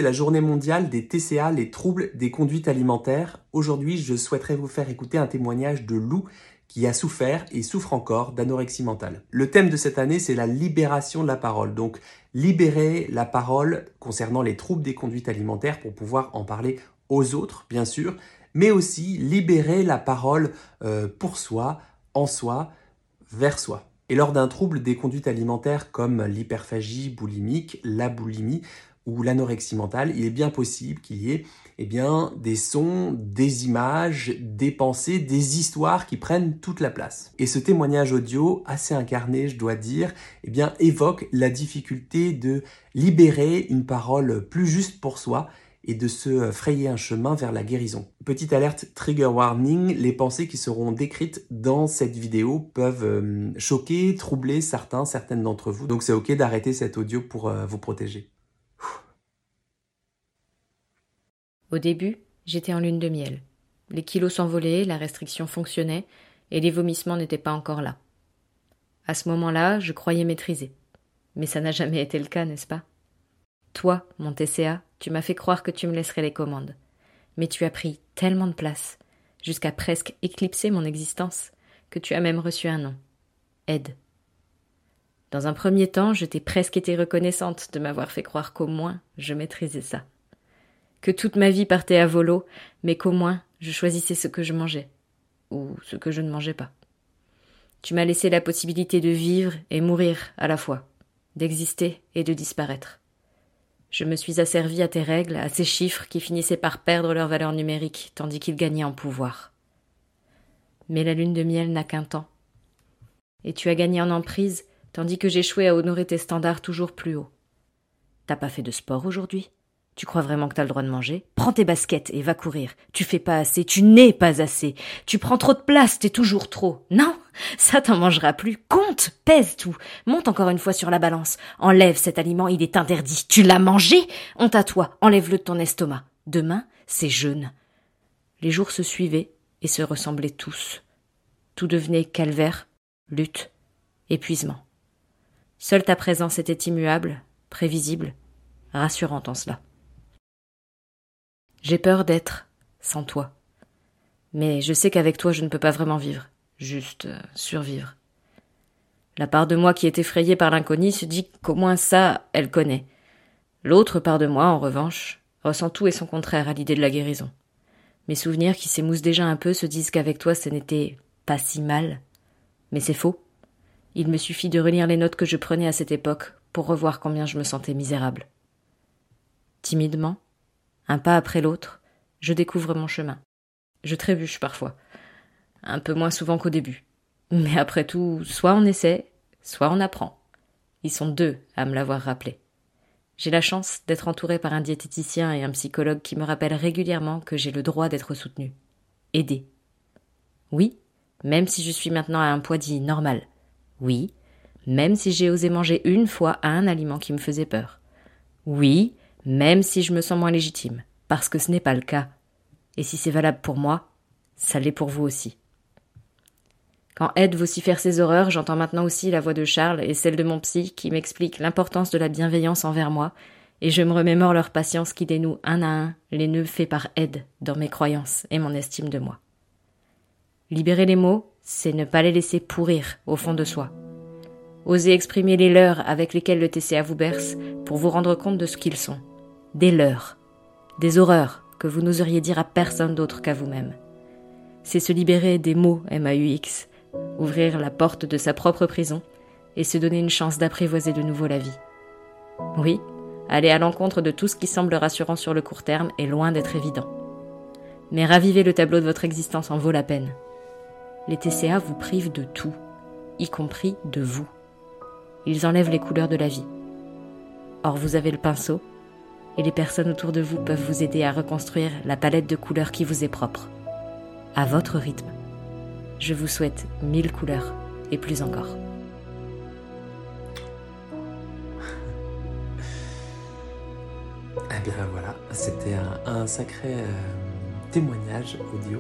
la journée mondiale des TCA, les troubles des conduites alimentaires. Aujourd'hui, je souhaiterais vous faire écouter un témoignage de Lou qui a souffert et souffre encore d'anorexie mentale. Le thème de cette année, c'est la libération de la parole. Donc, libérer la parole concernant les troubles des conduites alimentaires pour pouvoir en parler aux autres, bien sûr, mais aussi libérer la parole pour soi, en soi, vers soi. Et lors d'un trouble des conduites alimentaires comme l'hyperphagie boulimique, la boulimie ou l'anorexie mentale, il est bien possible qu'il y ait des sons, des images, des pensées, des histoires qui prennent toute la place. Et ce témoignage audio, assez incarné, je dois dire, évoque la difficulté de libérer une parole plus juste pour soi et de se frayer un chemin vers la guérison. Petite alerte trigger warning, les pensées qui seront décrites dans cette vidéo peuvent choquer, troubler certaines d'entre vous. Donc c'est ok d'arrêter cet audio pour vous protéger. Au début, j'étais en lune de miel. Les kilos s'envolaient, la restriction fonctionnait et les vomissements n'étaient pas encore là. À ce moment-là, je croyais maîtriser. Mais ça n'a jamais été le cas, n'est-ce pas ? Toi, mon TCA, tu m'as fait croire que tu me laisserais les commandes. Mais tu as pris tellement de place, jusqu'à presque éclipser mon existence, que tu as même reçu un nom. Aide. Dans un premier temps, je t'ai presque été reconnaissante de m'avoir fait croire qu'au moins je maîtrisais ça. Que toute ma vie partait à volo, mais qu'au moins je choisissais ce que je mangeais, ou ce que je ne mangeais pas. Tu m'as laissé la possibilité de vivre et mourir à la fois, d'exister et de disparaître. Je me suis asservie à tes règles, à ces chiffres qui finissaient par perdre leur valeur numérique, tandis qu'ils gagnaient en pouvoir. Mais la lune de miel n'a qu'un temps. Et tu as gagné en emprise, tandis que j'échouais à honorer tes standards toujours plus hauts. T'as pas fait de sport aujourd'hui ? Tu crois vraiment que t'as le droit de manger ? Prends tes baskets et va courir. Tu fais pas assez, tu n'es pas assez. Tu prends trop de place, t'es toujours trop. Non, ça t'en mangeras plus. Compte, pèse tout. Monte encore une fois sur la balance. Enlève cet aliment, il est interdit. Tu l'as mangé ? Honte à toi, enlève-le de ton estomac. Demain, c'est jeûne. Les jours se suivaient et se ressemblaient tous. Tout devenait calvaire, lutte, épuisement. Seule ta présence était immuable, prévisible, rassurante en cela. J'ai peur d'être sans toi. Mais je sais qu'avec toi, je ne peux pas vraiment vivre. Juste survivre. La part de moi qui est effrayée par l'inconnu se dit qu'au moins ça, elle connaît. L'autre part de moi, en revanche, ressent tout et son contraire à l'idée de la guérison. Mes souvenirs qui s'émoussent déjà un peu se disent qu'avec toi, ce n'était pas si mal. Mais c'est faux. Il me suffit de relire les notes que je prenais à cette époque pour revoir combien je me sentais misérable. Timidement, un pas après l'autre, je découvre mon chemin. Je trébuche parfois, un peu moins souvent qu'au début. Mais après tout, soit on essaie, soit on apprend. Ils sont deux à me l'avoir rappelé. J'ai la chance d'être entourée par un diététicien et un psychologue qui me rappellent régulièrement que j'ai le droit d'être soutenue. Aidée. Oui, même si je suis maintenant à un poids dit normal. Oui, même si j'ai osé manger une fois un aliment qui me faisait peur. Oui, même si je me sens moins légitime, parce que ce n'est pas le cas. Et si c'est valable pour moi, ça l'est pour vous aussi. Quand Ed vocifère ses horreurs, j'entends maintenant aussi la voix de Charles et celle de mon psy qui m'expliquent l'importance de la bienveillance envers moi, et je me remémore leur patience qui dénoue un à un les nœuds faits par Ed dans mes croyances et mon estime de moi. Libérer les mots, c'est ne pas les laisser pourrir au fond de soi. Osez exprimer les leurs avec lesquels le TCA vous berce pour vous rendre compte de ce qu'ils sont. Des leurs, des horreurs que vous n'oseriez dire à personne d'autre qu'à vous-même. C'est se libérer des mots MAUX, ouvrir la porte de sa propre prison et se donner une chance d'apprivoiser de nouveau la vie. Oui, aller à l'encontre de tout ce qui semble rassurant sur le court terme est loin d'être évident. Mais raviver le tableau de votre existence en vaut la peine. Les TCA vous privent de tout, y compris de vous. Ils enlèvent les couleurs de la vie. Or, vous avez le pinceau, et les personnes autour de vous peuvent vous aider à reconstruire la palette de couleurs qui vous est propre. À votre rythme. Je vous souhaite 1000 couleurs, et plus encore. Eh bien voilà, c'était un sacré témoignage audio.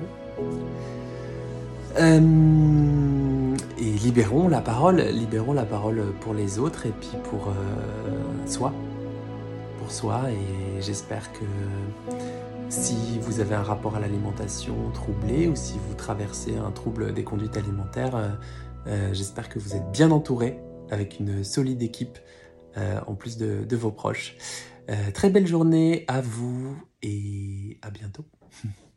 Et libérons la parole pour les autres et puis pour soi, pour soi et j'espère que si vous avez un rapport à l'alimentation troublé ou si vous traversez un trouble des conduites alimentaires, j'espère que vous êtes bien entouré avec une solide équipe en plus de vos proches. Très belle journée à vous et à bientôt.